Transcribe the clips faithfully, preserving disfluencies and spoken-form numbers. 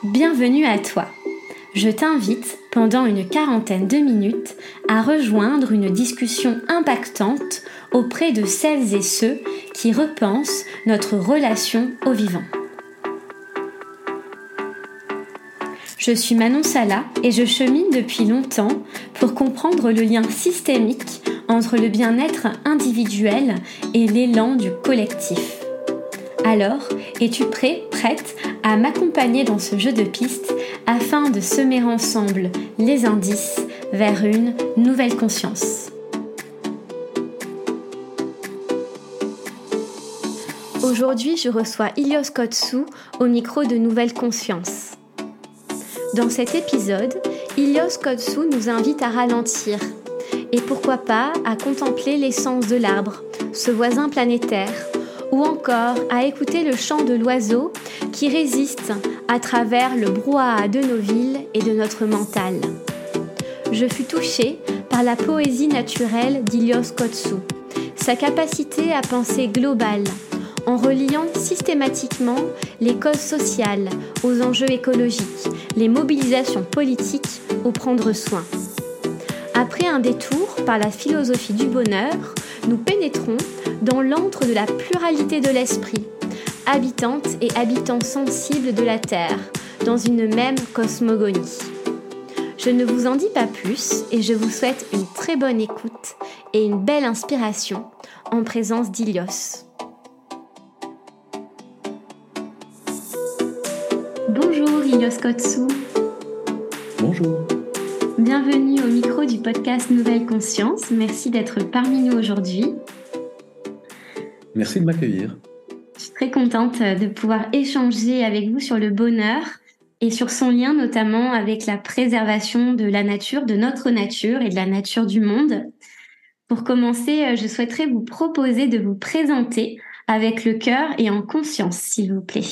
Bienvenue à toi. Je t'invite, pendant une quarantaine de minutes, à rejoindre une discussion impactante auprès de celles et ceux qui repensent notre relation au vivant. Je suis Manon Sala et je chemine depuis longtemps pour comprendre le lien systémique entre le bien-être individuel et l'élan du collectif. Alors, es-tu prêt, prête à m'accompagner dans ce jeu de pistes afin de semer ensemble les indices vers une nouvelle conscience? Aujourd'hui, je reçois Ilios Kotsou au micro de Nouvelle Conscience. Dans cet épisode, Ilios Kotsou nous invite à ralentir et pourquoi pas à contempler l'essence de l'arbre, ce voisin planétaire, ou encore à écouter le chant de l'oiseau qui résiste à travers le brouhaha de nos villes et de notre mental. Je fus touchée par la poésie naturelle d'Ilios Kotsou, sa capacité à penser global, en reliant systématiquement les causes sociales aux enjeux écologiques, les mobilisations politiques au prendre soin. Après un détour par la philosophie du bonheur, nous pénétrons dans l'antre de la pluralité de l'esprit, habitantes et habitants sensibles de la Terre, dans une même cosmogonie. Je ne vous en dis pas plus et je vous souhaite une très bonne écoute et une belle inspiration en présence d'Ilios. Bonjour Ilios Kotsou. Bonjour. Bienvenue au micro du podcast Nouvelle Conscience. Merci d'être parmi nous aujourd'hui. Merci de m'accueillir. Je suis très contente de pouvoir échanger avec vous sur le bonheur et sur son lien notamment avec la préservation de la nature, de notre nature et de la nature du monde. Pour commencer, je souhaiterais vous proposer de vous présenter avec le cœur et en conscience, s'il vous plaît.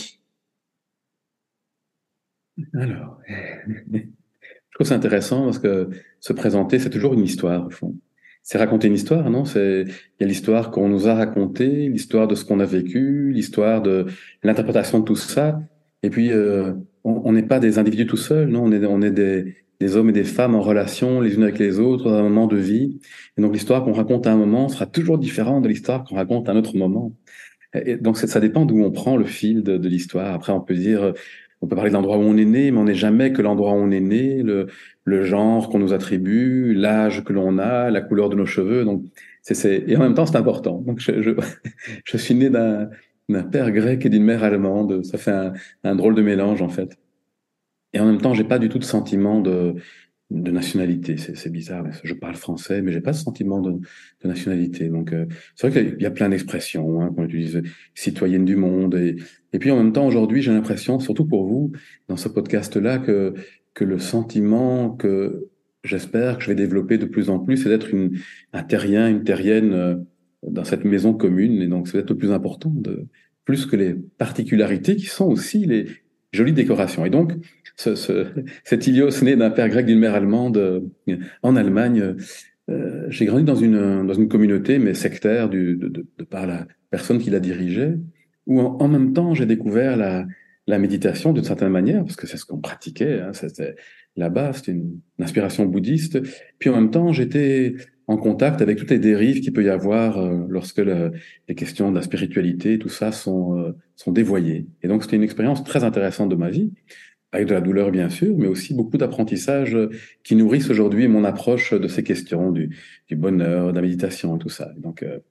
Alors, je trouve ça intéressant parce que se présenter, c'est toujours une histoire, au fond. C'est raconter une histoire, non? C'est, il y a l'histoire qu'on nous a racontée, l'histoire de ce qu'on a vécu, l'histoire de l'interprétation de tout ça. Et puis, euh, on n'est pas des individus tout seuls, non? On est, on est des, des hommes et des femmes en relation les unes avec les autres dans un moment de vie. Et donc, l'histoire qu'on raconte à un moment sera toujours différente de l'histoire qu'on raconte à un autre moment. Et donc, ça dépend d'où on prend le fil de, de l'histoire. Après, on peut dire, on peut parler de l'endroit où on est né, mais on n'est jamais que l'endroit où on est né, le, le genre qu'on nous attribue, l'âge que l'on a, la couleur de nos cheveux. Donc, c'est, c'est, et en même temps, c'est important. Donc, je, je, je suis né d'un, d'un père grec et d'une mère allemande. Ça fait un, un drôle de mélange, en fait. Et en même temps, j'ai pas du tout de sentiment de, de nationalité. C'est, c'est bizarre. Je parle français, mais j'ai pas ce sentiment de, de nationalité. Donc, euh, c'est vrai qu'il y a plein d'expressions, hein, qu'on utilise, citoyenne du monde. Et, et puis, en même temps, aujourd'hui, j'ai l'impression, surtout pour vous, dans ce podcast-là, que, que le sentiment que j'espère que je vais développer de plus en plus, c'est d'être une, un terrien, une terrienne euh, dans cette maison commune. Et donc, c'est peut-être le plus important, de, plus que les particularités qui sont aussi les jolies décorations. Et donc, ce, ce, cet Ilios né d'un père grec, d'une mère allemande euh, en Allemagne, euh, j'ai grandi dans une, dans une communauté, mais sectaire, du, de, de, de par la personne qui la dirigeait, où en, en même temps, j'ai découvert la, la méditation d'une certaine manière, parce que c'est ce qu'on pratiquait, hein, c'était là-bas, c'était une, une inspiration bouddhiste. Puis en même temps, j'étais en contact avec toutes les dérives qu'il peut y avoir euh, lorsque le, les questions de la spiritualité, tout ça, sont, euh, sont dévoyées. Et donc, c'était une expérience très intéressante de ma vie, avec de la douleur, bien sûr, mais aussi beaucoup d'apprentissages qui nourrissent aujourd'hui mon approche de ces questions, du, du bonheur, de la méditation et tout ça. Donc, euh,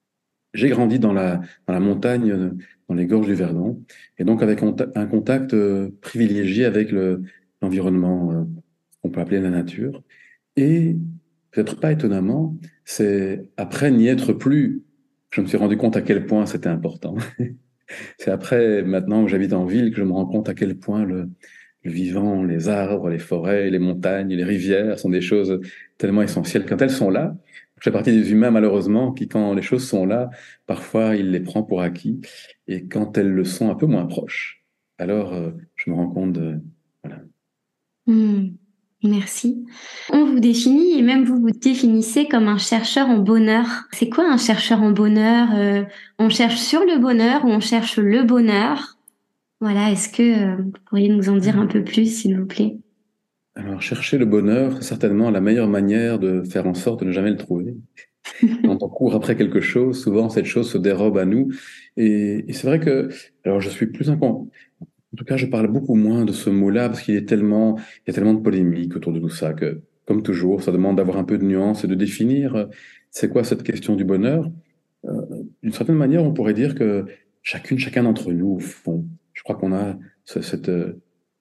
j'ai grandi dans la, dans la montagne, dans les gorges du Verdon, et donc avec un contact euh, privilégié avec le, l'environnement euh, qu'on peut appeler la nature. Et, peut-être pas étonnamment, c'est après n'y être plus, je me suis rendu compte à quel point c'était important. C'est après, maintenant que j'habite en ville, que je me rends compte à quel point le, le vivant, les arbres, les forêts, les montagnes, les rivières sont des choses tellement essentielles. Quand elles sont là, je fais partie des humains, malheureusement, qui, quand les choses sont là, parfois, ils les prennent pour acquis. Et quand elles le sont un peu moins proches, alors euh, je me rends compte de... Voilà. Mmh. Merci. On vous définit, et même vous vous définissez comme un chercheur en bonheur. C'est quoi un chercheur en bonheur? euh, On cherche sur le bonheur ou on cherche le bonheur? Voilà, est-ce que euh, vous pourriez nous en dire un peu plus, s'il vous plaît? Alors, chercher le bonheur, c'est certainement la meilleure manière de faire en sorte de ne jamais le trouver. Quand on court après quelque chose, souvent cette chose se dérobe à nous. Et, et c'est vrai que, alors je suis plus incon... En tout cas, je parle beaucoup moins de ce mot-là parce qu'il est tellement, il y a tellement de polémiques autour de tout ça que, comme toujours, ça demande d'avoir un peu de nuance et de définir euh, c'est quoi cette question du bonheur. Euh, D'une certaine manière, on pourrait dire que chacune, chacun d'entre nous, au fond, je crois qu'on a ce- cette, euh,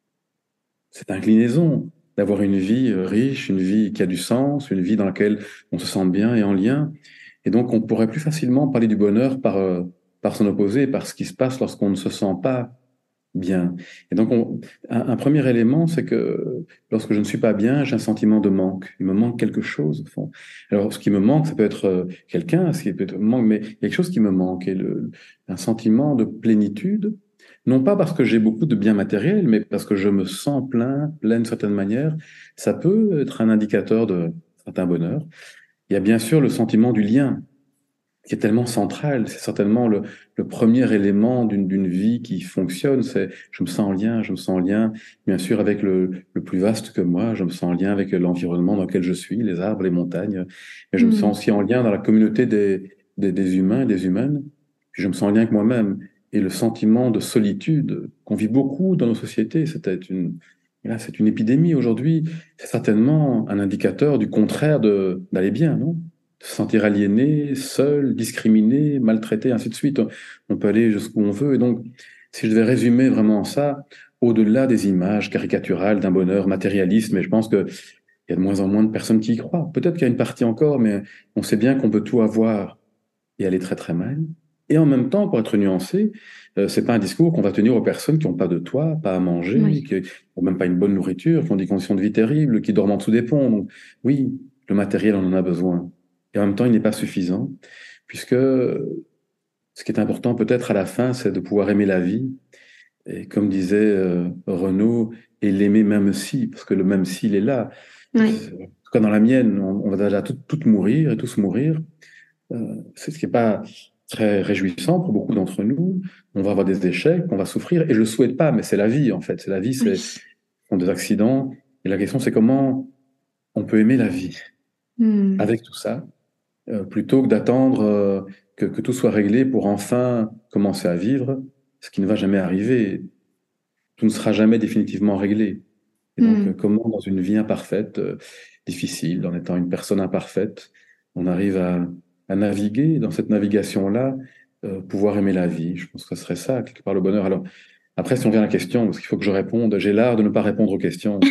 cette inclinaison d'avoir une vie euh, riche, une vie qui a du sens, une vie dans laquelle on se sent bien et en lien. Et donc, on pourrait plus facilement parler du bonheur par, euh, par son opposé, par ce qui se passe lorsqu'on ne se sent pas bien. Et donc, on- un, un premier élément, c'est que lorsque je ne suis pas bien, j'ai un sentiment de manque. Il me manque quelque chose, au fond. Alors, ce qui me manque, ça peut être euh, quelqu'un, ce qui peut être manque, mais il y a quelque chose qui me manque. Et le, un sentiment de plénitude, non pas parce que j'ai beaucoup de biens matériels, mais parce que je me sens plein, plein d'une certaine manière, ça peut être un indicateur de certain bonheur. Il y a bien sûr le sentiment du lien qui est tellement central. C'est certainement le, le premier élément d'une d'une vie qui fonctionne. C'est je me sens en lien, je me sens en lien, bien sûr, avec le, le plus vaste que moi. Je me sens en lien avec l'environnement dans lequel je suis, les arbres, les montagnes. Mais je me Hmm. sens aussi en lien dans la communauté des, des, des humains et des humaines. Puis je me sens en lien avec moi-même. Et le sentiment de solitude qu'on vit beaucoup dans nos sociétés, c'était une, là, c'est une épidémie aujourd'hui. C'est certainement un indicateur du contraire de d'aller bien, non? Se sentir aliéné, seul, discriminé, maltraité, ainsi de suite. On peut aller jusqu'où on veut. Et donc, si je devais résumer vraiment ça, au-delà des images caricaturales d'un bonheur matérialiste, mais je pense qu'il y a de moins en moins de personnes qui y croient. Peut-être qu'il y a une partie encore, mais on sait bien qu'on peut tout avoir et aller très très mal. Et en même temps, pour être nuancé, euh, c'est pas un discours qu'on va tenir aux personnes qui n'ont pas de toit, pas à manger, Oui. qui n'ont même pas une bonne nourriture, qui ont des conditions de vie terribles, qui dorment en dessous des ponts. Donc, oui, le matériel, on en a besoin. Et en même temps, il n'est pas suffisant, puisque ce qui est important peut-être à la fin, c'est de pouvoir aimer la vie. Et comme disait euh, Renaud, et l'aimer même si, parce que le même si, il est là. En Oui. tout cas, dans la mienne, on, on va déjà toutes toutes mourir et tous mourir. Euh, c'est ce qui n'est pas très réjouissant pour beaucoup d'entre nous. On va avoir des échecs, on va souffrir, et je ne le souhaite pas, mais c'est la vie, en fait. C'est la vie, c'est Oui. on a des accidents. Et la question, c'est comment on peut aimer la vie Hmm. avec tout ça, euh, plutôt que d'attendre euh, que, que tout soit réglé pour enfin commencer à vivre, ce qui ne va jamais arriver. Tout ne sera jamais définitivement réglé. Et donc, euh, Hmm. comment dans une vie imparfaite, euh, difficile, en étant une personne imparfaite, on arrive à, à naviguer dans cette navigation-là, euh, pouvoir aimer la vie. Je pense que ce serait ça, quelque part, le bonheur. Alors, après, si on vient à la question, parce qu'il faut que je réponde, j'ai l'art de ne pas répondre aux questions.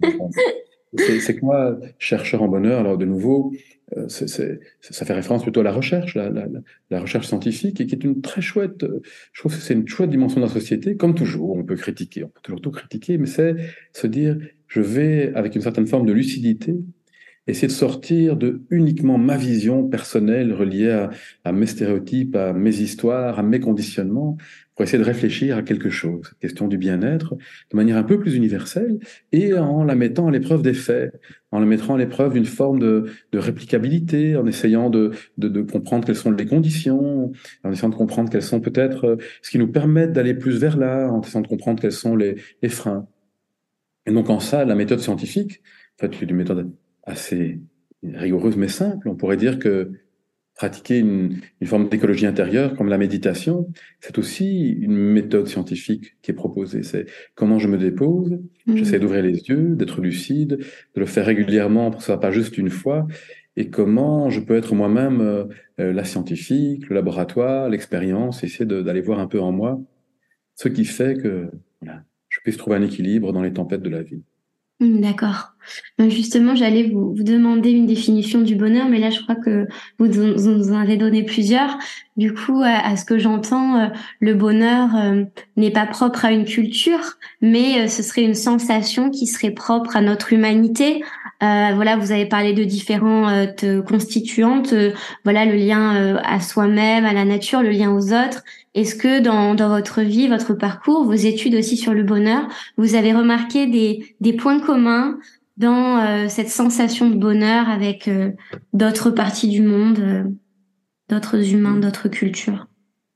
C'est c'est que moi, chercheur en bonheur, alors de nouveau, euh, c'est, c'est- ça fait référence plutôt à la recherche, la, la- la- la recherche scientifique, et qui est une très chouette, euh, je trouve que c'est une chouette dimension de la société. Comme toujours, on peut critiquer, on peut toujours tout critiquer, mais c'est se dire, je vais, avec une certaine forme de lucidité, essayer de sortir de uniquement ma vision personnelle reliée à, à mes stéréotypes, à mes histoires, à mes conditionnements, pour essayer de réfléchir à quelque chose, cette question du bien-être, de manière un peu plus universelle, et en la mettant à l'épreuve des faits, en la mettant à l'épreuve d'une forme de, de réplicabilité, en essayant de, de, de comprendre quelles sont les conditions, en essayant de comprendre quelles sont peut-être euh, ce qui nous permettent d'aller plus vers là, en essayant de comprendre quels sont les, les freins. Et donc en ça, la méthode scientifique, en fait, c'est une méthode assez rigoureuse mais simple. On pourrait dire que pratiquer une, une forme d'écologie intérieure comme la méditation, c'est aussi une méthode scientifique qui est proposée. C'est comment je me dépose, j'essaie Hmm. d'ouvrir les yeux, d'être lucide, de le faire régulièrement pour que ce soit pas juste une fois, et comment je peux être moi-même euh, euh, la scientifique, le laboratoire, l'expérience, essayer de- d'aller voir un peu en moi ce qui fait que voilà, je puisse trouver un équilibre dans les tempêtes de la vie. Hmm, d'accord. Ben justement, j'allais vous, vous demander une définition du bonheur, mais là, je crois que vous, don- vous nous en avez donné plusieurs. Du coup, à, à ce que j'entends, euh, le bonheur euh, n'est pas propre à une culture, mais euh, ce serait une sensation qui serait propre à notre humanité. Euh, voilà, vous avez parlé de différentes euh, constituantes. Euh, voilà, le lien euh, à soi-même, à la nature, le lien aux autres. Est-ce que dans, dans votre vie, votre parcours, vos études aussi sur le bonheur, vous avez remarqué des, des points communs dans euh, cette sensation de bonheur avec euh, d'autres parties du monde, euh, d'autres humains, d'autres cultures?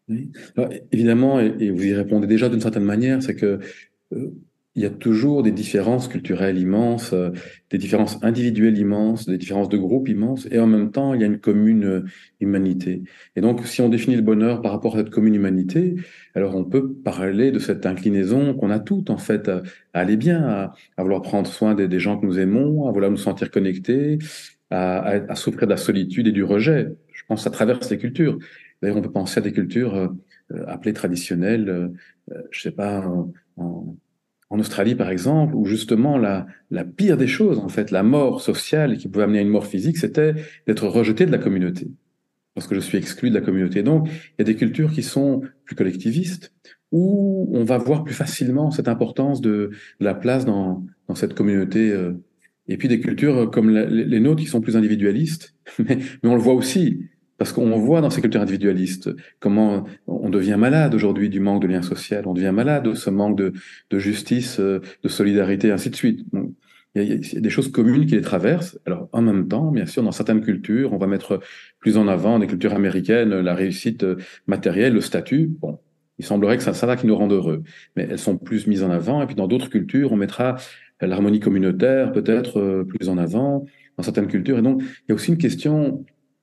Oui. Alors, évidemment, et, et vous y répondez déjà d'une certaine manière, c'est que euh, il y a toujours des différences culturelles immenses, euh, des différences individuelles immenses, des différences de groupe immenses, et en même temps, il y a une commune euh, humanité. Et donc, si on définit le bonheur par rapport à cette commune humanité, alors on peut parler de cette inclinaison qu'on a toutes, en fait, à, à aller bien, à, à vouloir prendre soin des, des gens que nous aimons, à vouloir nous sentir connectés, à, à, à souffrir de la solitude et du rejet. Je pense que ça traverse les cultures. D'ailleurs, on peut penser à des cultures euh, euh, appelées traditionnelles, euh, euh, je sais pas, en, en, en Australie par exemple, où justement la, la pire des choses, en fait, la mort sociale qui pouvait amener à une mort physique, c'était d'être rejeté de la communauté, parce que je suis exclu de la communauté. Donc, il y a des cultures qui sont plus collectivistes, où on va voir plus facilement cette importance de, de la place dans, dans cette communauté. Euh, et puis des cultures comme la, les nôtres qui sont plus individualistes, mais, mais on le voit aussi. Parce qu'on voit dans ces cultures individualistes comment on devient malade aujourd'hui du manque de lien social, on devient malade de ce manque de, de justice, euh, de solidarité, ainsi de suite. Donc, il y, a, il y a des choses communes qui les traversent. Alors, en même temps, bien sûr, dans certaines cultures, on va mettre plus en avant, des cultures américaines, la réussite euh, matérielle, le statut. Bon, il semblerait que ça, ça va qui nous rende heureux. Mais elles sont plus mises en avant. Et puis, dans d'autres cultures, on mettra l'harmonie communautaire peut-être euh, plus en avant, dans certaines cultures. Et donc, il y a aussi une question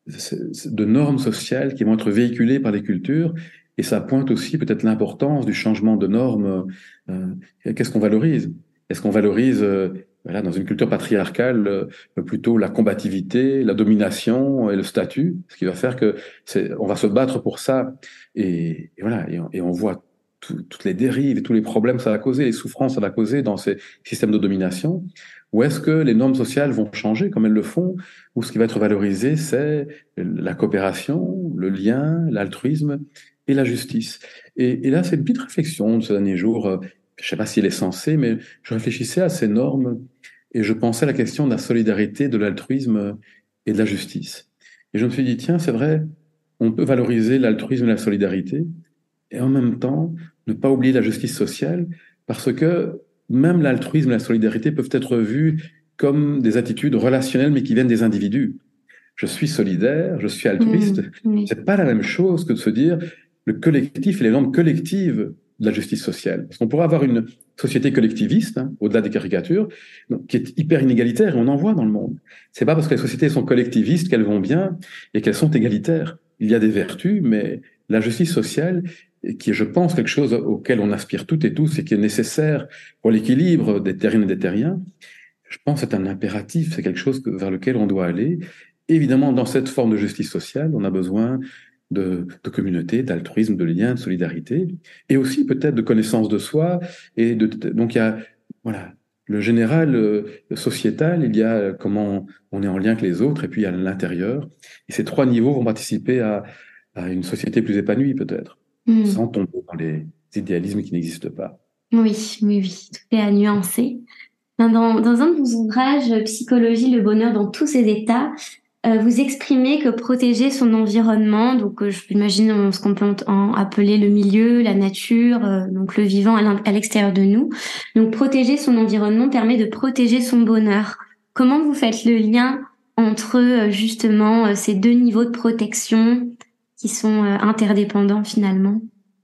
de normes sociales qui vont être véhiculées par les cultures, et ça pointe aussi peut-être l'importance du changement de normes. Euh, Qu'est-ce qu'on valorise? Est-ce qu'on valorise, euh, voilà, dans une culture patriarcale, euh, plutôt la combativité, la domination et le statut, ce qui va faire que c'est, on va se battre pour ça, et, et voilà, et on, et on voit tout, toutes les dérives et tous les problèmes que ça va causer, les souffrances que ça va causer dans ces systèmes de domination. Ou est-ce que les normes sociales vont changer comme elles le font, ou ce qui va être valorisé, c'est la coopération, le lien, l'altruisme et la justice. Et, et là, c'est une petite réflexion de ces derniers jours. euh, Je ne sais pas si elle est censée, mais je réfléchissais à ces normes et je pensais à la question de la solidarité, de l'altruisme et de la justice. Et je me suis dit, tiens, c'est vrai, on peut valoriser l'altruisme et la solidarité et en même temps ne pas oublier la justice sociale, parce que même l'altruisme et la solidarité peuvent être vus comme des attitudes relationnelles, mais qui viennent des individus. Je suis solidaire, je suis altruiste. Mmh, oui. C'est pas la même chose que de se dire le collectif et les normes collectives de la justice sociale. Parce qu'on pourrait avoir une société collectiviste, hein, au-delà des caricatures, qui est hyper inégalitaire, et on en voit dans le monde. C'est pas parce que les sociétés sont collectivistes qu'elles vont bien et qu'elles sont égalitaires. Il y a des vertus, mais la justice sociale, qui est, je pense, quelque chose auquel on aspire toutes et tous et qui est nécessaire pour l'équilibre des terriens et des terriens, je pense que c'est un impératif, c'est quelque chose que- vers lequel on doit aller. Évidemment, dans cette forme de justice sociale, on a besoin de, de communauté, d'altruisme, de lien, de solidarité, et aussi peut-être de connaissance de soi. Et de, de- donc il y a, voilà, le général euh, sociétal, il y a comment on est en lien avec les autres, et puis il y a l'intérieur. Et ces trois niveaux vont participer à, à une société plus épanouie, peut-être, Mmh. sans tomber dans les idéalismes qui n'existent pas. Oui, oui, oui, tout est à nuancer. Dans, dans dans un de vos ouvrages, Psychologie, le bonheur dans tous ses états, euh, vous exprimez que protéger son environnement, donc euh, je imagine euh, ce qu'on peut en- en appeler le milieu, la nature, euh, donc le vivant à l'in- à l'extérieur de nous. Donc protéger son environnement permet de protéger son bonheur. Comment vous faites le lien entre euh, justement euh, ces deux niveaux de protection qui sont euh, interdépendants finalement?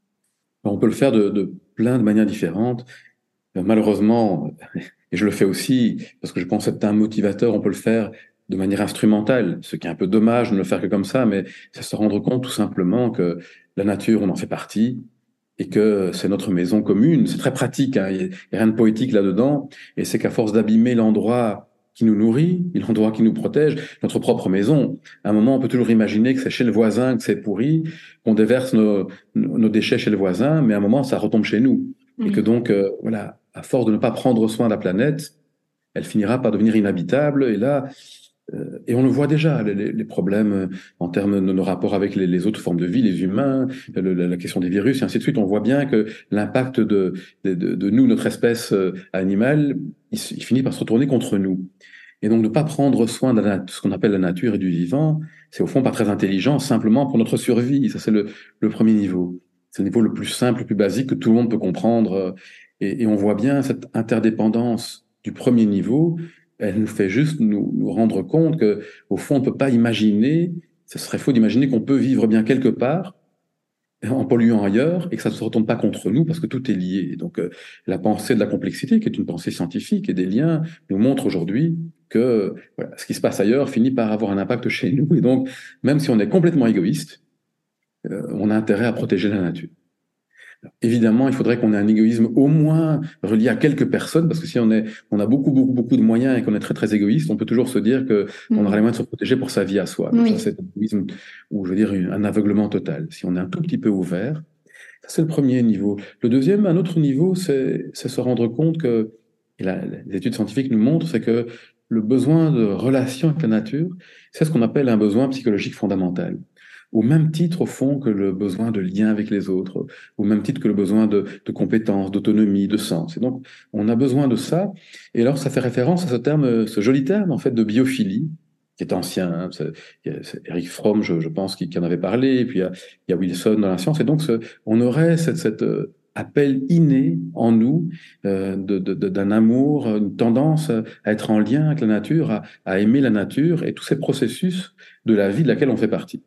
On peut le faire de, de plein de manières différentes. Euh, Malheureusement, et je le fais aussi, parce que je pense être un motivateur, on peut le faire de manière instrumentale, ce qui est un peu dommage de ne le faire que comme ça, mais c'est se rendre compte tout simplement que la nature, on en fait partie, et que c'est notre maison commune. C'est très pratique, hein, il n'y a, il y a rien de poétique là-dedans, et c'est qu'à force d'abîmer l'endroit qui nous nourrit, l'endroit qui nous protège, notre propre maison, à un moment, on peut toujours imaginer que c'est chez le voisin que c'est pourri, qu'on déverse nos, nos déchets chez le voisin, mais à un moment, ça retombe chez nous. Et que Oui. donc, euh, voilà, à force de ne pas prendre soin de la planète, elle finira par devenir inhabitable. Et là, euh, et on le voit déjà, les, les problèmes euh, en termes de nos rapports avec les, les autres formes de vie, les humains, le, la, la question des virus, et ainsi de suite. On voit bien que l'impact de, de, de, de nous, notre espèce euh, animale, il, il finit par se retourner contre nous. Et donc, ne pas prendre soin de la, ce qu'on appelle la nature et du vivant, c'est au fond pas très intelligent, simplement pour notre survie. Ça, c'est le, le premier niveau. C'est le niveau le plus simple, le plus basique que tout le monde peut comprendre. Et, et on voit bien cette interdépendance du premier niveau. Elle nous fait juste nous, nous rendre compte que, au fond, on ne peut pas imaginer, ce serait faux d'imaginer qu'on peut vivre bien quelque part en polluant ailleurs et que ça ne se retourne pas contre nous parce que tout est lié. Et donc, euh, la pensée de la complexité, qui est une pensée scientifique et des liens, nous montre aujourd'hui que voilà, ce qui se passe ailleurs finit par avoir un impact chez nous. Et donc, même si on est complètement égoïste, euh, on a intérêt à protéger la nature. Évidemment, il faudrait qu'on ait un égoïsme au moins relié à quelques personnes, parce que si on est, on a beaucoup, beaucoup, beaucoup de moyens et qu'on est très, très égoïste, on peut toujours se dire que on aura les moyens de se protéger pour sa vie à soi. Donc Oui. ça, c'est un égoïsme, ou je veux dire, un aveuglement total. Si on est un tout petit peu ouvert, ça, c'est le premier niveau. Le deuxième, un autre niveau, c'est, c'est se rendre compte que, et là, les études scientifiques nous montrent, c'est que le besoin de relation avec la nature, c'est ce qu'on appelle un besoin psychologique fondamental. Au même titre, au fond, que le besoin de lien avec les autres, au même titre que le besoin de, de compétences, d'autonomie, de sens. Et donc, on a besoin de ça. Et alors, ça fait référence à ce terme, ce joli terme, en fait, de biophilie, qui est ancien. Hein. C'est, c'est Eric Fromm, je, je pense, qui, qui en avait parlé. Et puis, il y a, il y a Wilson dans la science. Et donc, ce, on aurait cette, cette euh, appel inné en nous euh, de, de, de, d'un amour, une tendance à être en lien avec la nature, à, à aimer la nature et tous ces processus de la vie de laquelle on fait partie.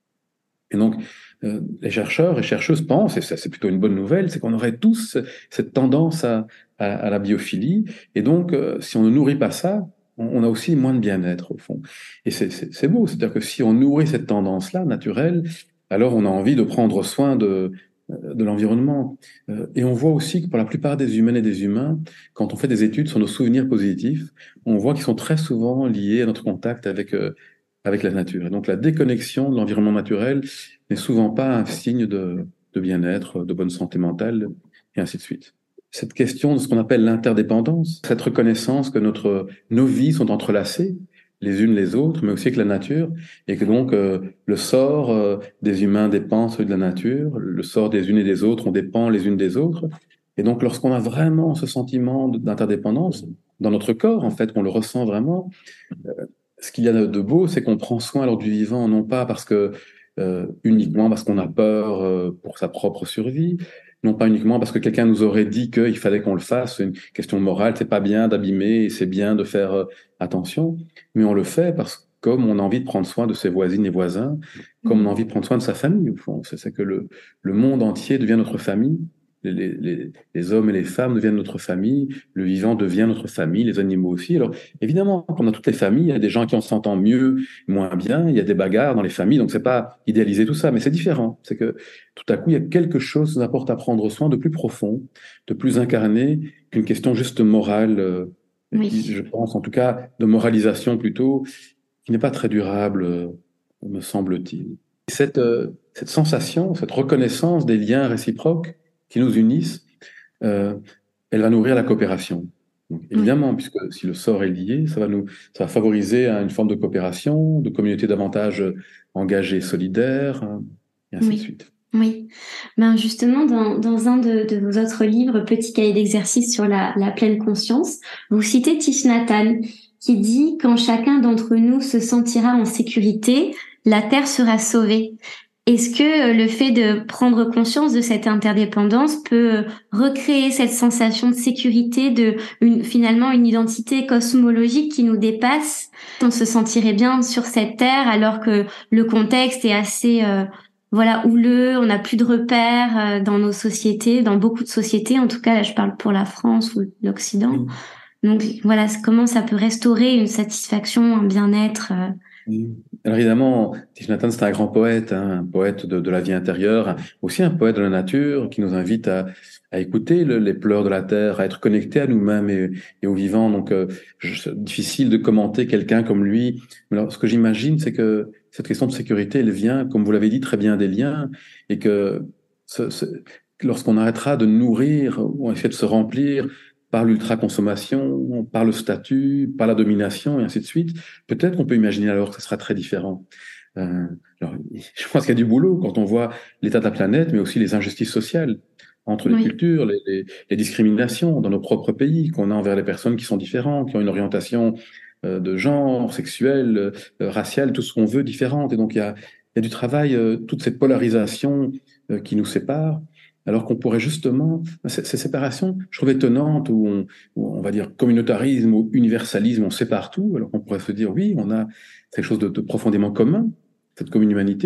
Et donc, euh, les chercheurs et chercheuses pensent, et ça c'est plutôt une bonne nouvelle, c'est qu'on aurait tous cette tendance à, à, à la biophilie. Et donc, euh, si on ne nourrit pas ça, on, on a aussi moins de bien-être au fond. Et c'est, c'est, c'est beau, c'est-à-dire que si on nourrit cette tendance-là naturelle, alors on a envie de prendre soin de, de l'environnement. Euh, et on voit aussi que pour la plupart des humaines et des humains, quand on fait des études sur nos souvenirs positifs, on voit qu'ils sont très souvent liés à notre contact avec euh, avec la nature. Et donc la déconnexion de l'environnement naturel n'est souvent pas un signe de, de bien-être, de bonne santé mentale, et ainsi de suite. Cette question de ce qu'on appelle l'interdépendance, cette reconnaissance que notre, nos vies sont entrelacées, les unes les autres, mais aussi avec la nature, et que donc euh, le sort euh, des humains dépend celui de la nature, le sort des unes et des autres, on dépend les unes des autres. Et donc lorsqu'on a vraiment ce sentiment d'interdépendance, dans notre corps, en fait, qu'on le ressent vraiment, euh, ce qu'il y a de beau, c'est qu'on prend soin alors du vivant, non pas parce que euh, uniquement parce qu'on a peur euh, pour sa propre survie, non pas uniquement parce que quelqu'un nous aurait dit qu'il fallait qu'on le fasse, c'est une question morale, c'est pas bien d'abîmer, et c'est bien de faire euh, attention, mais on le fait parce que comme on a envie de prendre soin de ses voisines et voisins, comme on a envie de prendre soin de sa famille, au fond, c'est, c'est que le, le monde entier devient notre famille. Les, les, les hommes et les femmes deviennent notre famille, le vivant devient notre famille, les animaux aussi. Alors, évidemment, comme dans toutes les familles, il y a des gens qui en s'entendent mieux, moins bien, il y a des bagarres dans les familles, donc c'est pas idéaliser tout ça, mais c'est différent. C'est que tout à coup, il y a quelque chose qui nous apporte à prendre soin de plus profond, de plus incarné qu'une question juste morale, euh, Oui. qui, je pense, en tout cas, de moralisation plutôt, qui n'est pas très durable, euh, me semble-t-il. Cette, euh, cette sensation, cette reconnaissance des liens réciproques qui nous unissent, euh, elle va nourrir la coopération. Donc, évidemment, puisque si le sort est lié, ça va nous, ça va favoriser une forme de coopération, de communauté davantage engagée, solidaire, hein, et ainsi oui. de suite. Oui, ben justement, dans, dans un de, de vos autres livres, Petit cahier d'exercice sur la, la pleine conscience, vous citez Thich Nhat Hanh, qui dit « Quand chacun d'entre nous se sentira en sécurité, la Terre sera sauvée ». Est-ce que le fait de prendre conscience de cette interdépendance peut recréer cette sensation de sécurité, de une, finalement une identité cosmologique qui nous dépasse? On se sentirait bien sur cette Terre alors que le contexte est assez... Euh, voilà, houleux, on n'a plus de repères euh, dans nos sociétés, dans beaucoup de sociétés, en tout cas là je parle pour la France ou l'Occident. Oui. Donc voilà, comment ça peut restaurer une satisfaction, un bien-être. Euh... Oui. Alors évidemment, Thich Nhat Hanh, c'est un grand poète, hein, un poète de, de la vie intérieure, aussi un poète de la nature qui nous invite à, à écouter le, les pleurs de la terre, à être connecté à nous-mêmes et, et aux vivants. Donc, euh, je, difficile de commenter quelqu'un comme lui. Mais alors, ce que j'imagine, c'est que cette question de sécurité, elle vient, comme vous l'avez dit, très bien des liens, et que ce, ce, lorsqu'on arrêtera de nourrir ou essayer de se remplir par l'ultra-consommation, par le statut, par la domination, et ainsi de suite, peut-être qu'on peut imaginer alors que ça sera très différent. Euh, alors, je pense qu'il y a du boulot quand on voit l'état de la planète, mais aussi les injustices sociales entre les Oui. cultures, les, les, les discriminations dans nos propres pays qu'on a envers les personnes qui sont différentes, qui ont une orientation euh, de genre, sexuelle, euh, raciale, tout ce qu'on veut différente. Et donc, il y a, il y a du travail, euh, toute cette polarisation euh, qui nous sépare. Alors qu'on pourrait justement, ces, ces séparations, je trouve étonnantes, où on, où on va dire communautarisme ou universalisme, on sépare tout, alors qu'on pourrait se dire, oui, on a quelque chose de, de profondément commun, cette commune humanité,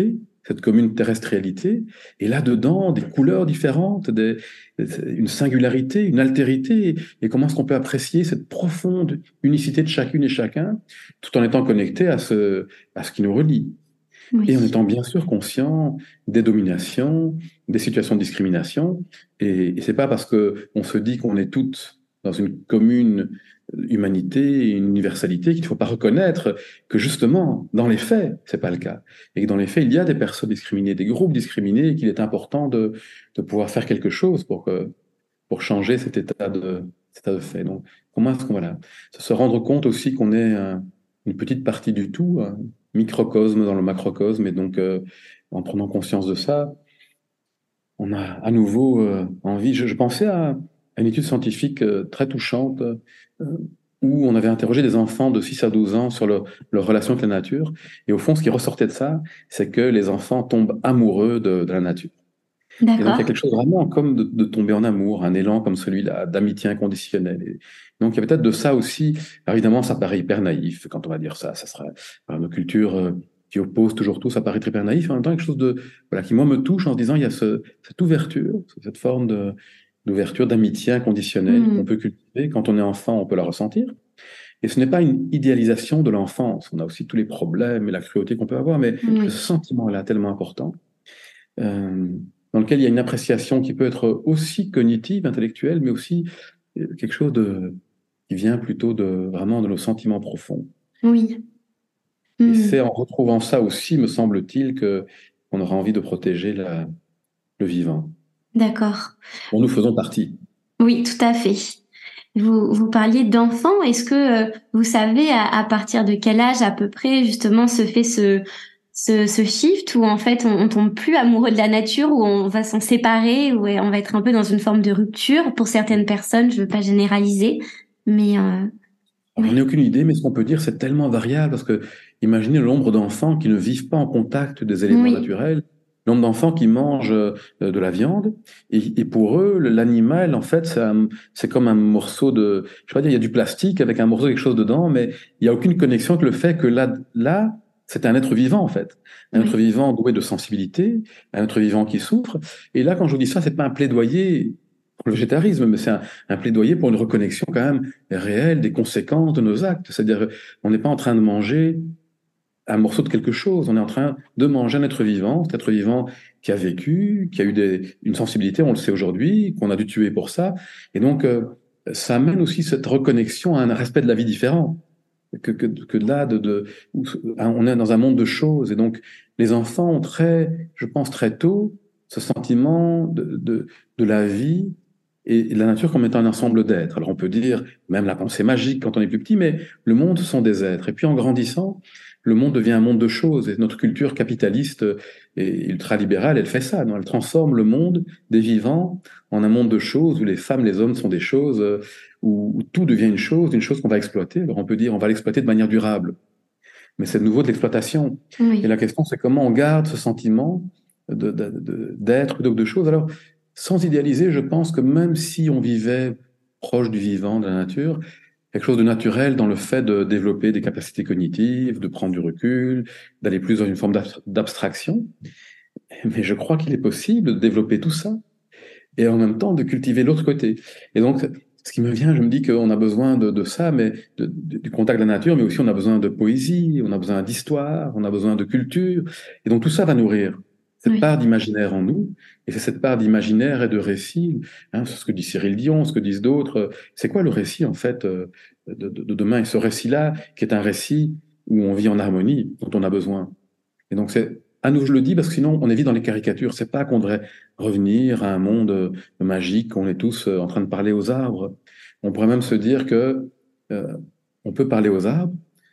cette commune terrestrialité, et là-dedans, des couleurs différentes, des, une singularité, une altérité, et comment est-ce qu'on peut apprécier cette profonde unicité de chacune et chacun, tout en étant connecté à ce, à ce qui nous relie. Oui. Et en étant bien sûr conscient des dominations, des situations de discrimination, et, et c'est pas parce que on se dit qu'on est toutes dans une commune humanité, une universalité, qu'il ne faut pas reconnaître que justement, dans les faits, c'est pas le cas. Et que dans les faits, il y a des personnes discriminées, des groupes discriminés, et qu'il est important de, de pouvoir faire quelque chose pour, que, pour changer cet état de, cet état de fait. Donc, comment est-ce qu'on va là se rendre compte aussi qu'on est un, une petite partie du tout, un microcosme dans le macrocosme, et donc, euh, en prenant conscience de ça, on a à nouveau euh, envie. Je, je pensais à, à une étude scientifique euh, très touchante euh, où on avait interrogé des enfants de six à douze ans sur leur, leur relation avec la nature. Et au fond, ce qui ressortait de ça, c'est que les enfants tombent amoureux de, de la nature. D'accord. Et donc, il y a quelque chose vraiment comme de, de tomber en amour, un élan comme celui-là, d'amitié inconditionnelle. Et donc, il y a peut-être de ça aussi. Alors, évidemment, ça paraît hyper naïf quand on va dire ça. Ça sera par nos cultures euh, qui opposent toujours tout, ça paraît hyper naïf. En même temps, quelque chose de, voilà, qui, moi, me touche en se disant, il y a ce, cette ouverture, cette forme de, d'ouverture, d'amitié inconditionnelle mmh. qu'on peut cultiver. Quand on est enfant, on peut la ressentir. Et ce n'est pas une idéalisation de l'enfance. On a aussi tous les problèmes et la cruauté qu'on peut avoir, mais mmh. ce sentiment-là tellement important. Euh, dans lequel il y a une appréciation qui peut être aussi cognitive, intellectuelle, mais aussi quelque chose de, qui vient plutôt de, vraiment de nos sentiments profonds. Oui. Et mmh. c'est en retrouvant ça aussi, me semble-t-il, que qu'on aura envie de protéger la, le vivant. D'accord. Dont nous faisons partie. Oui, tout à fait. Vous, vous parliez d'enfants. Est-ce que euh, vous savez à, à partir de quel âge à peu près justement se fait ce Ce, ce shift où en fait on, on tombe plus amoureux de la nature, où on va s'en séparer, où on va être un peu dans une forme de rupture pour certaines personnes. Je veux pas généraliser, mais euh, j'en ai aucune idée, mais ce qu'on peut dire, c'est tellement variable parce que imaginez le nombre d'enfants qui ne vivent pas en contact des éléments oui. naturels, le nombre d'enfants qui mangent euh, de la viande, et, et pour eux, l'animal, en fait, c'est, un, c'est comme un morceau de, je sais pas dire, il y a du plastique avec un morceau de quelque chose dedans, mais il n'y a aucune connexion avec le fait que là, là, c'est un être vivant, en fait. Un oui. être vivant doué de sensibilité, un être vivant qui souffre. Et là, quand je vous dis ça, c'est pas un plaidoyer pour le végétarisme, mais c'est un, un plaidoyer pour une reconnexion quand même réelle des conséquences de nos actes. C'est-à-dire, on n'est pas en train de manger un morceau de quelque chose, on est en train de manger un être vivant, cet être vivant qui a vécu, qui a eu des, une sensibilité, on le sait aujourd'hui, qu'on a dû tuer pour ça. Et donc, euh, ça amène aussi cette reconnexion à un respect de la vie différent. Que, que, que là, de, de, on est dans un monde de choses. Et donc, les enfants ont très, je pense très tôt, ce sentiment de, de, de la vie et de la nature comme étant un ensemble d'êtres. Alors, on peut dire, même la pensée magique quand on est plus petit, mais le monde, ce sont des êtres. Et puis, en grandissant, le monde devient un monde de choses. Et notre culture capitaliste et ultralibérale, elle fait ça. Non, elle transforme le monde des vivants en un monde de choses où les femmes, les hommes sont des choses, où, où tout devient une chose, une chose qu'on va exploiter. Alors on peut dire on va l'exploiter de manière durable. Mais c'est de nouveau de l'exploitation. Oui. Et la question, c'est comment on garde ce sentiment de, de, de, d'être plutôt que de choses. Alors, sans idéaliser, je pense que même si on vivait proche du vivant, de la nature, quelque chose de naturel dans le fait de développer des capacités cognitives, de prendre du recul, d'aller plus dans une forme d'abstraction. Mais je crois qu'il est possible de développer tout ça et en même temps de cultiver l'autre côté. Et donc, ce qui me vient, je me dis qu'on a besoin de, de ça, mais de, de, du contact de la nature, mais aussi on a besoin de poésie, on a besoin d'histoire, on a besoin de culture. Et donc tout ça va nourrir cette oui. part d'imaginaire en nous. Et c'est cette part d'imaginaire et de récit, hein, c'est ce que dit Cyril Dion, ce que disent d'autres. C'est quoi le récit, en fait, de, de, de demain? Et ce récit-là, qui est un récit où on vit en harmonie, dont on a besoin. Et donc c'est, à nous je le dis, parce que sinon on est vite dans les caricatures. C'est pas qu'on devrait revenir à un monde magique, on est tous en train de parler aux arbres. On pourrait même se dire que euh, on peut parler aux arbres,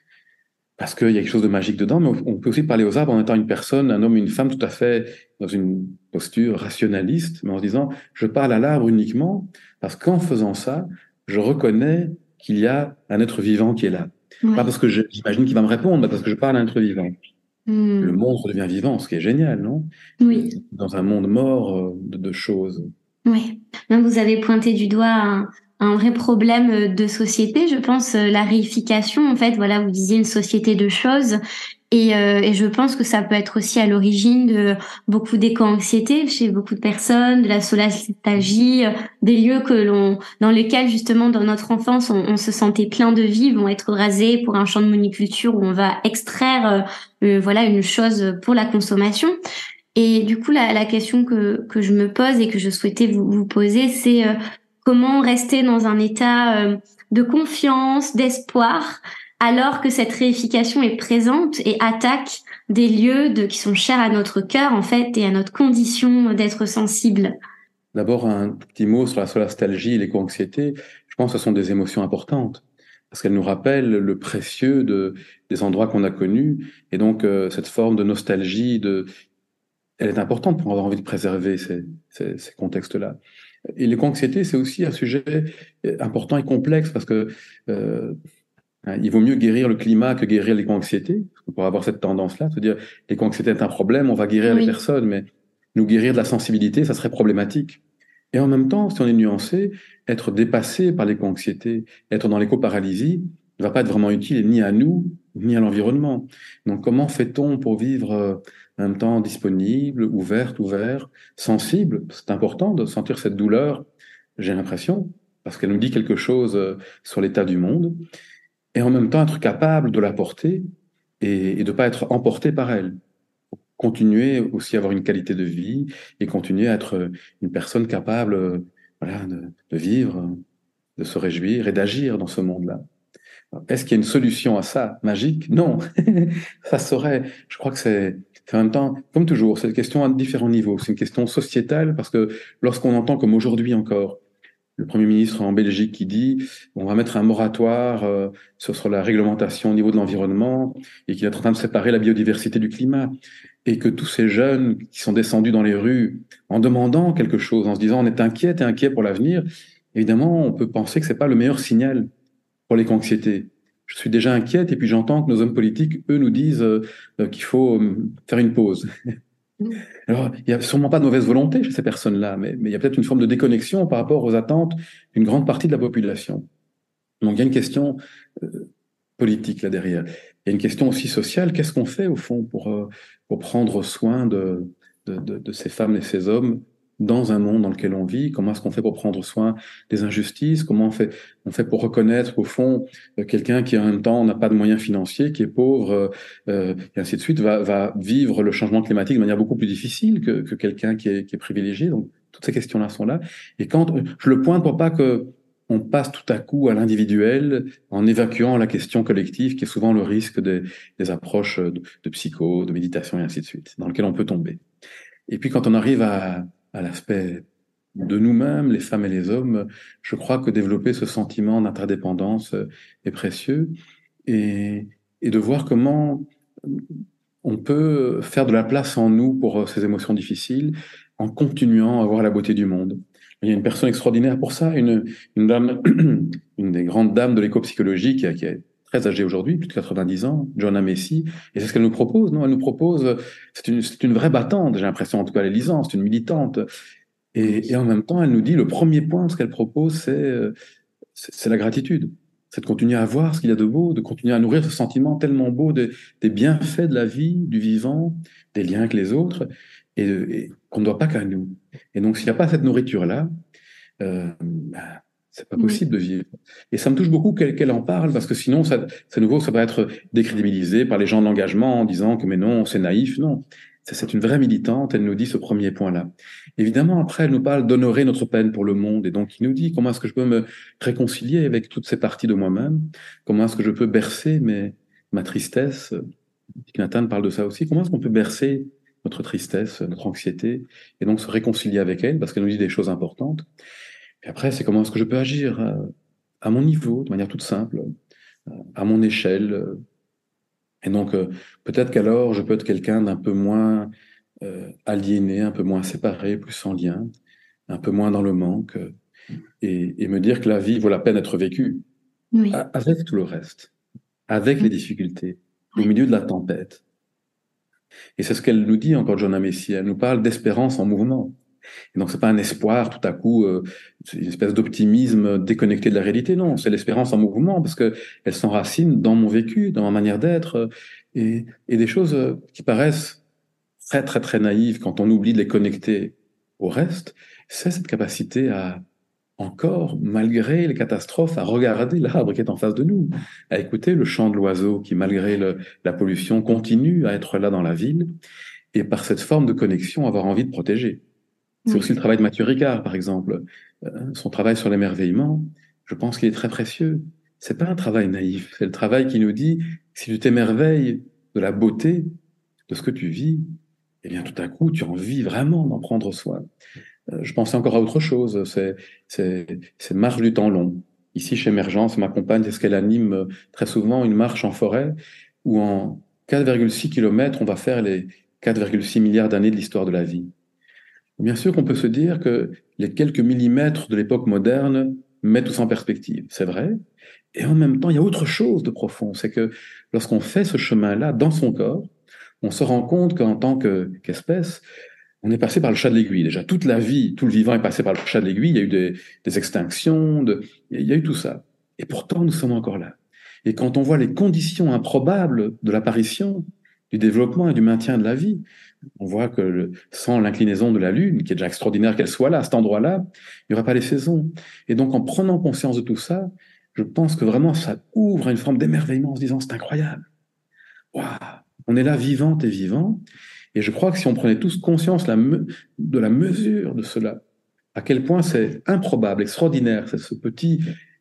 parce qu'il y a quelque chose de magique dedans, mais on peut aussi parler aux arbres en étant une personne, un homme, une femme, tout à fait dans une posture rationaliste, mais en se disant, je parle à l'arbre uniquement parce qu'en faisant ça, je reconnais qu'il y a un être vivant qui est là. Ouais. Pas parce que j'imagine qu'il va me répondre, mais parce que je parle à un être vivant. Mmh. Le monde redevient vivant, ce qui est génial, non? Oui. Dans un monde mort de, de choses. Oui. Vous avez pointé du doigt un... un vrai problème de société, je pense, la réification, en fait, voilà, vous disiez une société de choses, Et, euh, et je pense que ça peut être aussi à l'origine de beaucoup d'éco-anxiété chez beaucoup de personnes, de la solastalgie, euh, des lieux que l'on, dans lesquels justement dans notre enfance on, on se sentait plein de vie, vont être rasés pour un champ de monoculture où on va extraire euh, euh, voilà une chose pour la consommation. Et du coup la, la question que que je me pose et que je souhaitais vous, vous poser, c'est euh, comment rester dans un état euh, de confiance, d'espoir, alors que cette réification est présente et attaque des lieux de, qui sont chers à notre cœur, en fait, et à notre condition d'être sensible. D'abord, un tout petit mot sur la solastalgie et l'éco-anxiété. Je pense que ce sont des émotions importantes parce qu'elles nous rappellent le précieux de, des endroits qu'on a connus. Et donc, euh, cette forme de nostalgie, de, elle est importante pour avoir envie de préserver ces, ces, ces contextes-là. Et l'éco-anxiété, c'est aussi un sujet important et complexe parce que euh, il vaut mieux guérir le climat que guérir l'éco-anxiété. On pourrait avoir cette tendance-là, de se dire l'éco-anxiété est un problème, on va guérir Oui. les personnes, mais nous guérir de la sensibilité, ça serait problématique. Et en même temps, si on est nuancé, être dépassé par l'éco-anxiété, être dans l'éco-paralysie, ne va pas être vraiment utile ni à nous, ni à l'environnement. Donc comment fait-on pour vivre euh, en même temps disponible, ouverte, ouvert, sensible? C'est important de sentir cette douleur, j'ai l'impression, parce qu'elle nous dit quelque chose euh, sur l'état du monde, et en même temps être capable de la porter et, et de ne pas être emporté par elle. Continuer aussi à avoir une qualité de vie et continuer à être une personne capable euh, voilà, de, de vivre, de se réjouir et d'agir dans ce monde-là. Est-ce qu'il y a une solution à ça, magique? Non. Ça serait, je crois que c'est, c'est en même temps, comme toujours, c'est une question à différents niveaux. C'est une question sociétale parce que lorsqu'on entend comme aujourd'hui encore, le Premier ministre en Belgique qui dit on va mettre un moratoire euh, sur, sur la réglementation au niveau de l'environnement et qu'il est en train de séparer la biodiversité du climat et que tous ces jeunes qui sont descendus dans les rues en demandant quelque chose, en se disant on est inquiet et inquiet pour l'avenir, évidemment on peut penser que c'est pas le meilleur signal pour l'éco-anxiété. Je suis déjà inquiète et puis j'entends que nos hommes politiques, eux, nous disent euh, euh, qu'il faut euh, faire une pause. Alors, il n'y a sûrement pas de mauvaise volonté chez ces personnes-là, mais, mais il y a peut-être une forme de déconnexion par rapport aux attentes d'une grande partie de la population. Donc, il y a une question euh, politique là derrière. Il y a une question aussi sociale. Qu'est-ce qu'on fait, au fond, pour, euh, pour prendre soin de, de, de, de ces femmes et ces hommes dans un monde dans lequel on vit? Comment est-ce qu'on fait pour prendre soin des injustices? Comment on fait, on fait pour reconnaître qu'au fond, euh, quelqu'un qui en même temps n'a pas de moyens financiers, qui est pauvre, euh, euh, et ainsi de suite, va, va vivre le changement climatique de manière beaucoup plus difficile que, que quelqu'un qui est, qui est privilégié. Donc, toutes ces questions-là sont là. Et quand je le pointe pour pas que on passe tout à coup à l'individuel en évacuant la question collective, qui est souvent le risque des, des approches de, de psycho, de méditation et ainsi de suite, dans lequel on peut tomber. Et puis quand on arrive à, à l'aspect de nous-mêmes, les femmes et les hommes, je crois que développer ce sentiment d'interdépendance est précieux et, et de voir comment on peut faire de la place en nous pour ces émotions difficiles en continuant à voir la beauté du monde. Il y a une personne extraordinaire pour ça, une, une dame, une des grandes dames de l'éco-psychologie qui, a- qui est très âgée aujourd'hui, plus de quatre-vingt-dix ans, Joanna Macy, et c'est ce qu'elle nous propose, non? Elle nous propose, c'est une, c'est une vraie battante, j'ai l'impression, en tout cas, les lisant, c'est une militante. Et, et en même temps, elle nous dit, le premier point, ce qu'elle propose, c'est, euh, c'est c'est la gratitude. C'est de continuer à voir ce qu'il y a de beau, de continuer à nourrir ce sentiment tellement beau de- des bienfaits de la vie, du vivant, des liens avec les autres, et, et qu'on ne doit pas qu'à nous. Et donc, s'il n'y a pas cette nourriture-là, euh, bah, c'est pas Oui. possible de vivre. Et ça me touche beaucoup qu'elle qu'elle en parle, parce que sinon, ça, ça nouveau, ça va être décrédibilisé par les gens de l'engagement en disant que mais non, c'est naïf. Non, c'est c'est une vraie militante. Elle nous dit ce premier point-là. Évidemment, après, elle nous parle d'honorer notre peine pour le monde, et donc il nous dit comment est-ce que je peux me réconcilier avec toutes ces parties de moi-même, comment est-ce que je peux bercer mes, ma tristesse. Thich Nhat Hanh parle de ça aussi. Comment est-ce qu'on peut bercer notre tristesse, notre anxiété, et donc se réconcilier avec elle, parce qu'elle nous dit des choses importantes. Et après, c'est comment est-ce que je peux agir à, à mon niveau, de manière toute simple, à mon échelle. Et donc, euh, peut-être qu'alors, je peux être quelqu'un d'un peu moins euh, aliéné, un peu moins séparé, plus en lien, un peu moins dans le manque, euh, et, et me dire que la vie vaut la peine d'être vécue, Oui. a- avec tout le reste, avec les difficultés, au Ouais. milieu de la tempête. Et c'est ce qu'elle nous dit encore, Joanna Macy. Elle nous parle d'espérance en mouvement. Et donc, c'est pas un espoir tout à coup, euh, c'est une espèce d'optimisme déconnecté de la réalité. Non, c'est l'espérance en mouvement parce que elle s'enracine dans mon vécu, dans ma manière d'être, euh, et, et des choses euh, qui paraissent très, très, très naïves quand on oublie de les connecter au reste. C'est cette capacité à encore, malgré les catastrophes, à regarder l'arbre qui est en face de nous, à écouter le chant de l'oiseau qui, malgré le, la pollution, continue à être là dans la ville, et par cette forme de connexion, avoir envie de protéger. C'est Oui. aussi le travail de Mathieu Ricard, par exemple. Euh, son travail sur l'émerveillement, je pense qu'il est très précieux. C'est pas un travail naïf, c'est le travail qui nous dit, si tu t'émerveilles de la beauté de ce que tu vis, eh bien tout à coup, tu as envie vraiment d'en prendre soin. Euh, je pensais encore à autre chose, c'est, c'est, c'est marche du temps long. Ici, chez Emergence, ma compagne, c'est ce qu'elle anime euh, très souvent, une marche en forêt, où en quatre virgule six kilomètres, on va faire les quatre virgule six milliards d'années de l'histoire de la vie. Bien sûr qu'on peut se dire que les quelques millimètres de l'époque moderne mettent tout ça en perspective, c'est vrai. Et en même temps, il y a autre chose de profond, c'est que lorsqu'on fait ce chemin-là dans son corps, on se rend compte qu'en tant que, qu'espèce, on est passé par le chat de l'aiguille. Déjà, toute la vie, tout le vivant est passé par le chat de l'aiguille. Il y a eu des, des extinctions, de, il y a eu tout ça. Et pourtant, nous sommes encore là. Et quand on voit les conditions improbables de l'apparition, du développement et du maintien de la vie, on voit que le, sans l'inclinaison de la Lune, qui est déjà extraordinaire qu'elle soit là, à cet endroit-là, il n'y aurait pas les saisons. Et donc, en prenant conscience de tout ça, je pense que vraiment, ça ouvre une forme d'émerveillement en se disant, c'est incroyable. Waouh, on est là vivante et vivant. Et je crois que si on prenait tous conscience la me- de la mesure de cela, à quel point c'est improbable, extraordinaire, c'est ce petit,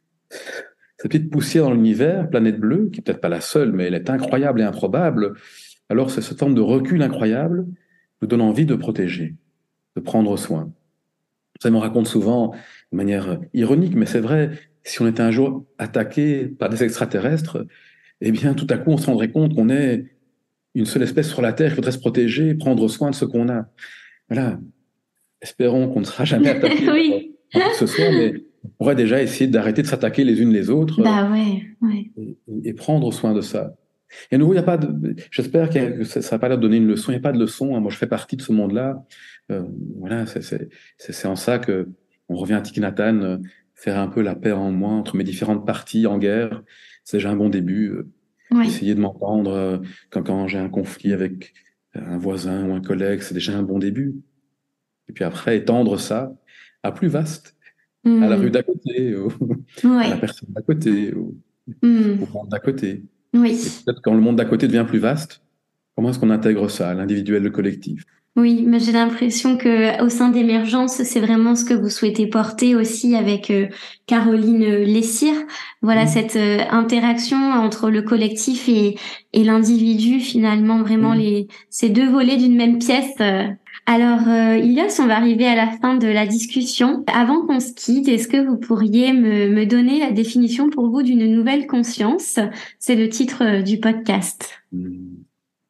cette petite poussière dans l'univers, planète bleue, qui n'est peut-être pas la seule, mais elle est incroyable et improbable, alors c'est cette forme de recul incroyable qui nous donne envie de protéger, de prendre soin. Ça me raconte souvent de manière ironique, mais c'est vrai, si on était un jour attaqué par des extraterrestres, eh bien, tout à coup, on se rendrait compte qu'on est une seule espèce sur la Terre, il faudrait se protéger, prendre soin de ce qu'on a. Voilà. Espérons qu'on ne sera jamais attaqué par Oui. par qui que ce soit, mais on pourrait déjà essayer d'arrêter de s'attaquer les unes les autres euh, Bah ouais, ouais. et, et prendre soin de ça. Et à nouveau, il n'y a pas de. J'espère qu'il y a- que ça ne va pas leur donner une leçon. Il n'y a pas de leçon, hein. Moi, je fais partie de ce monde-là. Euh, voilà, c'est c'est- c'est- c'est en ça que on revient à Thich Nhat Hanh, euh, faire un peu la paix en moi entre mes différentes parties en guerre. C'est déjà un bon début. euh, Oui. Essayer de m'entendre euh, quand, quand j'ai un conflit avec un voisin ou un collègue, c'est déjà un bon début. Et puis après, étendre ça à plus vaste, à la rue Hmm. d'à côté, ou à la Ouais. personne d'à côté, ou au Hmm. monde d'à côté. Et Oui. peut-être quand le monde d'à côté devient plus vaste, comment est-ce qu'on intègre ça, l'individuel, le collectif? Oui, mais j'ai l'impression que au sein d'Émergence, c'est vraiment ce que vous souhaitez porter aussi avec euh, Caroline Lessire. Voilà, Oui, cette euh, interaction entre le collectif et, et l'individu, finalement, vraiment oui. les ces deux volets d'une même pièce. euh. Alors, euh, Ilias, on va arriver à la fin de la discussion. Avant qu'on se quitte, est-ce que vous pourriez me, me donner la définition pour vous d'une nouvelle conscience? C'est le titre euh, du podcast. Hmm.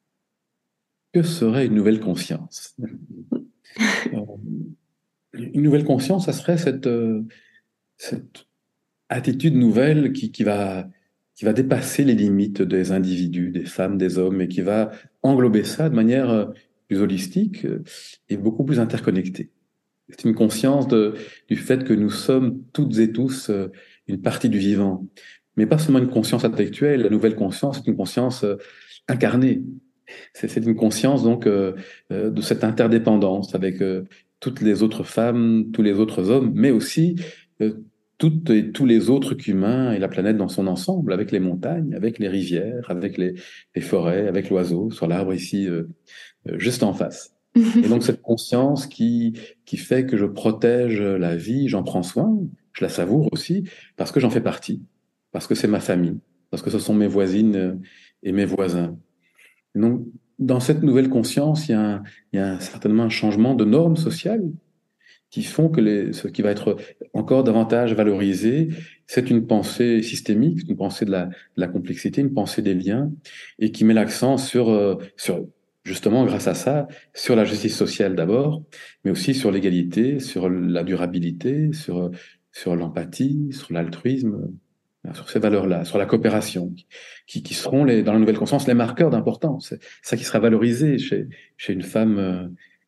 Que serait une nouvelle conscience? Euh, Une nouvelle conscience, ça serait cette, euh, cette attitude nouvelle qui, qui va, qui va dépasser les limites des individus, des femmes, des hommes, et qui va englober ça de manière euh, plus holistique euh, et beaucoup plus interconnectée. C'est une conscience de, du fait que nous sommes toutes et tous euh, une partie du vivant, mais pas seulement une conscience intellectuelle. La nouvelle conscience, c'est une conscience euh, incarnée. C'est c'est une conscience donc euh, euh, de cette interdépendance avec euh, toutes les autres femmes, tous les autres hommes, mais aussi euh, toutes et tous les autres qu'humains et la planète dans son ensemble, avec les montagnes, avec les rivières, avec les, les forêts, avec l'oiseau sur l'arbre ici, euh, euh, juste en face. Et donc cette conscience qui, qui fait que je protège la vie, j'en prends soin, je la savoure aussi, parce que j'en fais partie, parce que c'est ma famille, parce que ce sont mes voisines euh, et mes voisins. Donc, dans cette nouvelle conscience, il y a, un- il y a un- certainement un changement de normes sociales qui font que les, ce qui va être encore davantage valorisé, c'est une pensée systémique, une pensée de la, de la complexité, une pensée des liens, et qui met l'accent sur, euh, sur, justement, grâce à ça, sur la justice sociale d'abord, mais aussi sur l'égalité, sur la durabilité, sur, sur l'empathie, sur l'altruisme, sur ces valeurs-là, sur la coopération, qui, qui seront les, dans la nouvelle conscience les marqueurs d'importance. C'est ça qui sera valorisé chez, chez une femme. euh,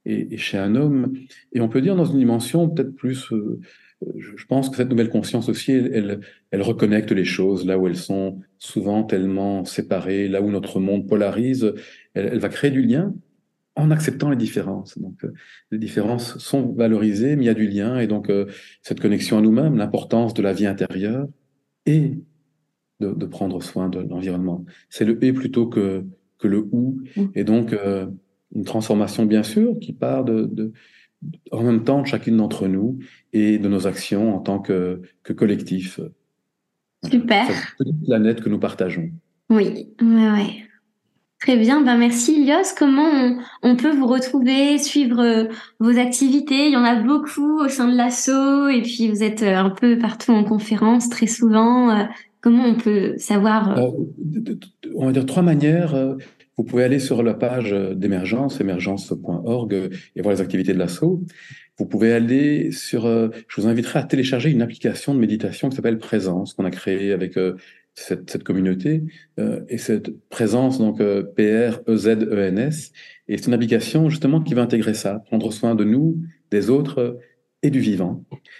et, et chez un homme. Et on peut dire dans une dimension peut-être plus... Euh, je, je pense que cette nouvelle conscience aussi, elle, elle, elle reconnecte les choses là où elles sont souvent tellement séparées, là où notre monde polarise. Elle, elle va créer du lien en acceptant les différences. Donc, euh, les différences sont valorisées, mais il y a du lien. Et donc, euh, cette connexion à nous-mêmes, l'importance de la vie intérieure et de, de prendre soin de l'environnement. C'est le et plutôt que, que le ou. Et donc, euh, une transformation, bien sûr, qui part de, de, en même temps de chacune d'entre nous et de nos actions en tant que, que collectif. Super. Cette petite planète que nous partageons. Oui, ouais, ouais. Très bien, ben merci Ilios. Comment on, on peut vous retrouver, suivre euh, vos activités? Il y en a beaucoup au sein de l'asso et puis vous êtes euh, un peu partout en conférence très souvent. Euh, comment on peut savoir? Euh, on va dire trois manières. Euh, Vous pouvez aller sur la page d'émergence, émergence point org, euh, et voir les activités de l'asso. Vous pouvez aller sur... euh, je vous inviterai à télécharger une application de méditation qui s'appelle Présence, qu'on a créée avec euh, cette, cette communauté. Euh, et cette Présence, donc euh, P R E Z E N S, et c'est une application justement qui va intégrer ça, prendre soin de nous, des autres euh, et du vivant.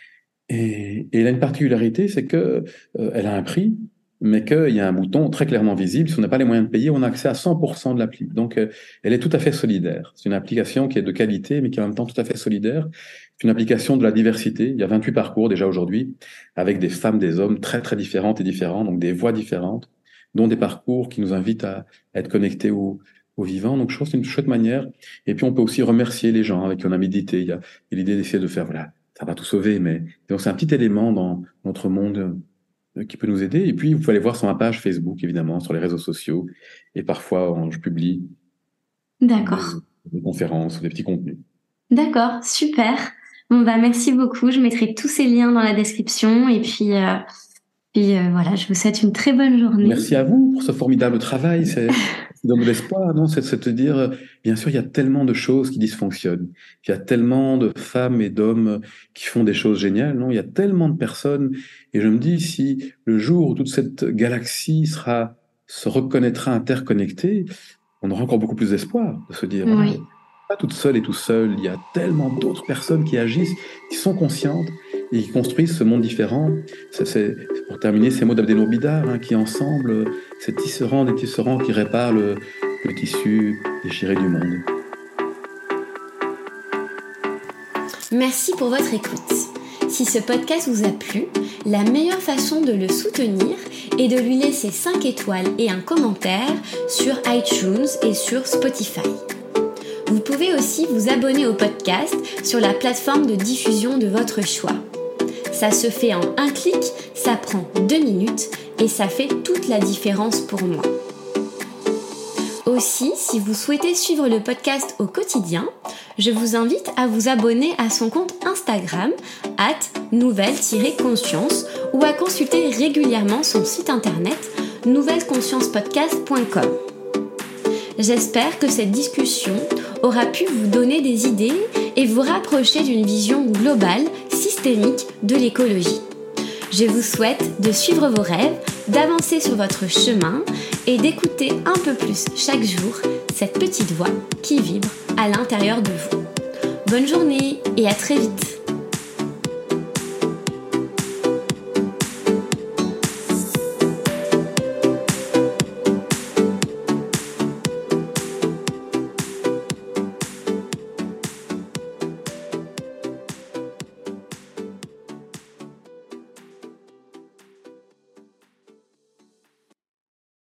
Et, et elle a une particularité, c'est que euh, elle a un prix, mais qu'il y a un bouton très clairement visible. Si on n'a pas les moyens de payer, on a accès à cent pour cent de l'appli. Donc, euh, elle est tout à fait solidaire. C'est une application qui est de qualité, mais qui est en même temps tout à fait solidaire. C'est une application de la diversité. Il y a vingt-huit parcours déjà aujourd'hui, avec des femmes, des hommes très très différentes et différents, donc des voix différentes, dont des parcours qui nous invitent à, à être connectés au, au vivant. Donc, je trouve que c'est une chouette manière. Et puis, on peut aussi remercier les gens avec qui on a médité. Il y a, il y a l'idée d'essayer de faire, voilà, ça va tout sauver, mais donc c'est un petit élément dans notre monde qui peut nous aider. Et puis, vous pouvez aller voir sur ma page Facebook, évidemment, sur les réseaux sociaux. Et parfois, on- je publie D'accord. des, des conférences ou des petits contenus. D'accord, super. Bon bah merci beaucoup. Je mettrai tous ces liens dans la description et puis euh, puis euh, voilà, je vous souhaite une très bonne journée. Merci à vous pour ce formidable travail. C'est, ça donne de l'espoir, non? C'est c'est de se dire, euh, bien sûr, il y a tellement de choses qui dysfonctionnent. Il y a tellement de femmes et d'hommes qui font des choses géniales, non? Il y a tellement de personnes. Et je me dis, si le jour où toute cette galaxie sera, se reconnaîtra interconnectée, on aura encore beaucoup plus d'espoir de se dire, voilà, Oui. pas toute seule et tout seul. Il y a tellement d'autres personnes qui agissent, qui sont conscientes et qui construisent ce monde différent. Ça, c'est, pour terminer, ces mots d'Abdelnour Bidar, hein, qui ensemble, ces tisserands, des tisserands qui réparent le, le tissu déchiré du monde. Merci pour votre écoute. Si ce podcast vous a plu, la meilleure façon de le soutenir est de lui laisser cinq étoiles et un commentaire sur iTunes et sur Spotify. Vous pouvez aussi vous abonner au podcast sur la plateforme de diffusion de votre choix. Ça se fait en un clic, ça prend deux minutes et ça fait toute la différence pour moi. Aussi, si vous souhaitez suivre le podcast au quotidien, je vous invite à vous abonner à son compte Instagram arobase nouvelle-conscience ou à consulter régulièrement son site internet nouvelle conscience podcast point com. J'espère que cette discussion aura pu vous donner des idées et vous rapprocher d'une vision globale, systémique de l'écologie. Je vous souhaite de suivre vos rêves, d'avancer sur votre chemin et d'écouter un peu plus chaque jour cette petite voix qui vibre à l'intérieur de vous. Bonne journée et à très vite!